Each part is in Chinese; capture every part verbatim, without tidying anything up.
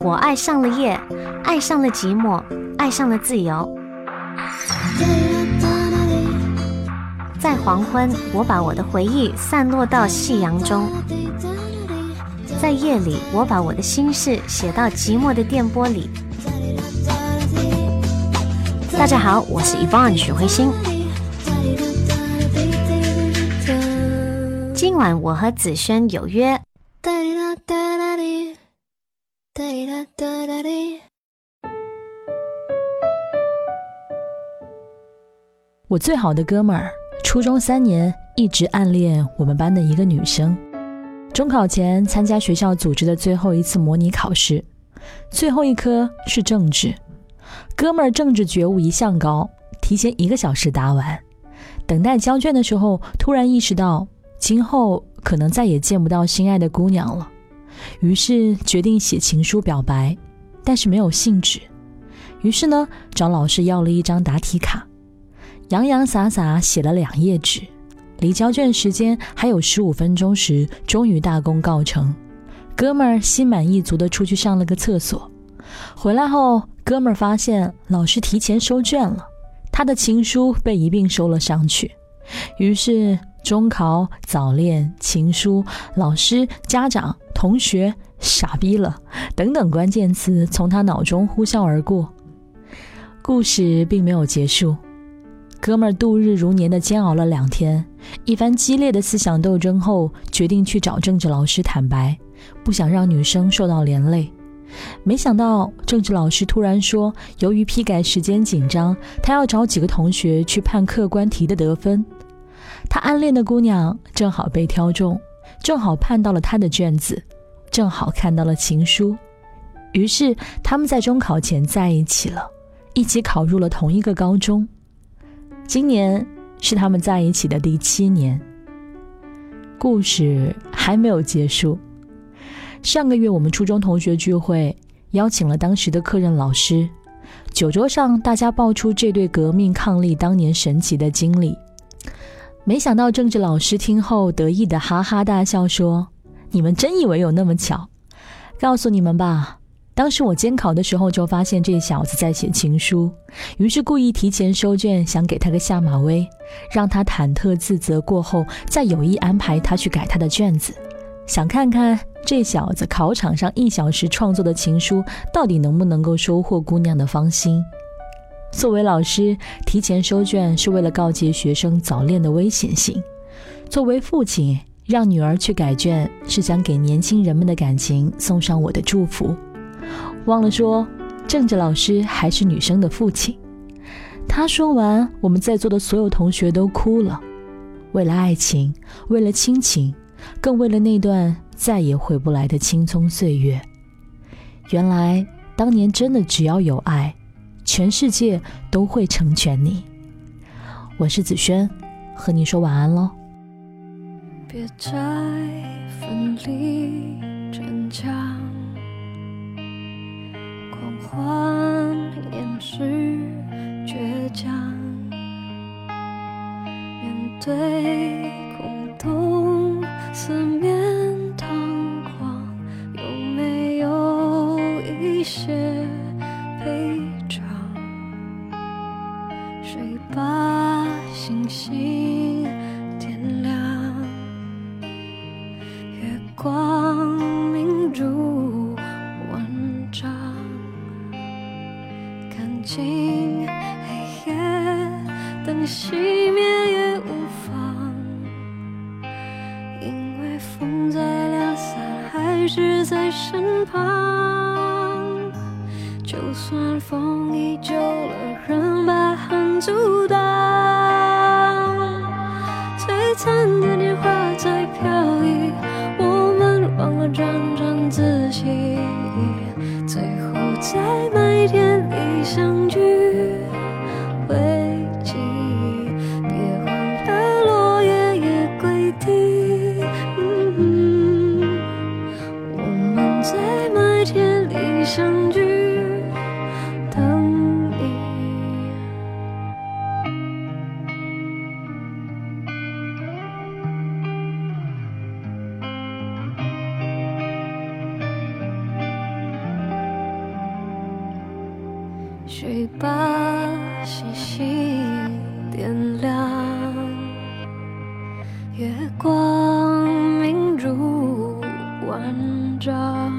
我爱上了夜，爱上了寂寞，爱上了自由。在黄昏，我把我的回忆散落到夕阳中。在夜里，我把我的心事写到寂寞的电波里。大家好，我是 Yvonne 许慧欣。今晚我和子轩有约。 我最好的哥们儿，初中三年一直暗恋我们班的一个女生。中考前参加学校组织的最后一次模拟考试，最后一科是政治。哥们儿政治觉悟一向高，提前一个小时答完。等待交卷的时候，突然意识到今后可能再也见不到心爱的姑娘了，于是决定写情书表白，但是没有信纸。于是呢，找老师要了一张答题卡，洋洋洒洒写了两页纸。离交卷时间还有十五分钟时，终于大功告成。哥们儿心满意足地出去上了个厕所，回来后，哥们儿发现老师提前收卷了，他的情书被一并收了上去。于是中考、早恋、情书、老师、家长、同学、傻逼了等等关键词从他脑中呼啸而过。故事并没有结束，哥们儿度日如年的煎熬了两天，一番激烈的思想斗争后，决定去找政治老师坦白，不想让女生受到连累。没想到政治老师突然说，由于批改时间紧张，他要找几个同学去判客观题的得分。他暗恋的姑娘正好被挑中，正好判到了他的卷子，正好看到了情书。于是他们在中考前在一起了，一起考入了同一个高中。今年是他们在一起的第七年。故事还没有结束。上个月我们初中同学聚会，邀请了当时的科任老师。酒桌上大家爆出这对革命伉俪当年神奇的经历。没想到政治老师听后得意的哈哈大笑说，你们真以为有那么巧？告诉你们吧，当时我监考的时候就发现这小子在写情书，于是故意提前收卷，想给他个下马威，让他忐忑自责过后，再有意安排他去改他的卷子，想看看这小子考场上一小时创作的情书到底能不能够收获姑娘的芳心。作为老师，提前收卷是为了告诫学生早恋的危险性；作为父亲，让女儿去改卷是想给年轻人们的感情送上我的祝福。忘了说，政治老师还是女生的父亲。他说完，我们在座的所有同学都哭了。为了爱情，为了亲情，更为了那段再也回不来的青葱岁月。原来当年真的只要有爱，全世界都会成全你。我是子轩，和你说晚安咯。 别再奋力逞强，狂欢掩饰倔强，面对空洞四面堂皇，有没有一些悲伤？谁把星星点亮？月光明如万丈，看尽黑夜，等熄灭也无妨，因为风再凉，伞还是在身旁。就算风依旧了，人把寒阻挡，璀璨的年华在飘逸，我们忘了沾沾自喜，最后在麦田里相聚，回忆别忘了落叶也归地、嗯、我们在麦田里相聚等你。 去把星星点亮，月光明如万丈，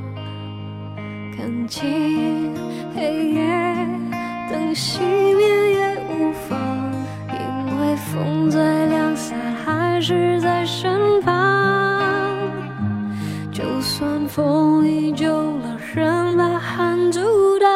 看清黑夜，灯熄灭也无妨，因为风再凉伞还是在身旁，就算风依旧了，人把汗阻挡，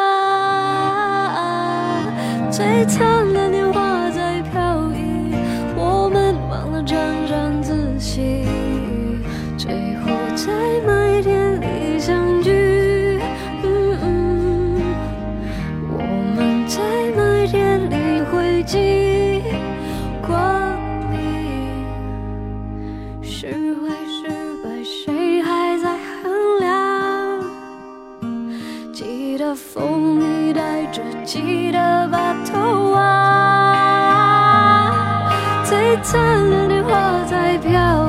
璀璨的年华在飘逸，我们忘了沾沾自喜，最后在麦田里相聚，嗯嗯，我们在麦田里汇集光明，是非是白，谁还在衡量？记得风你带着，记得把头望，璀璨的年华在飘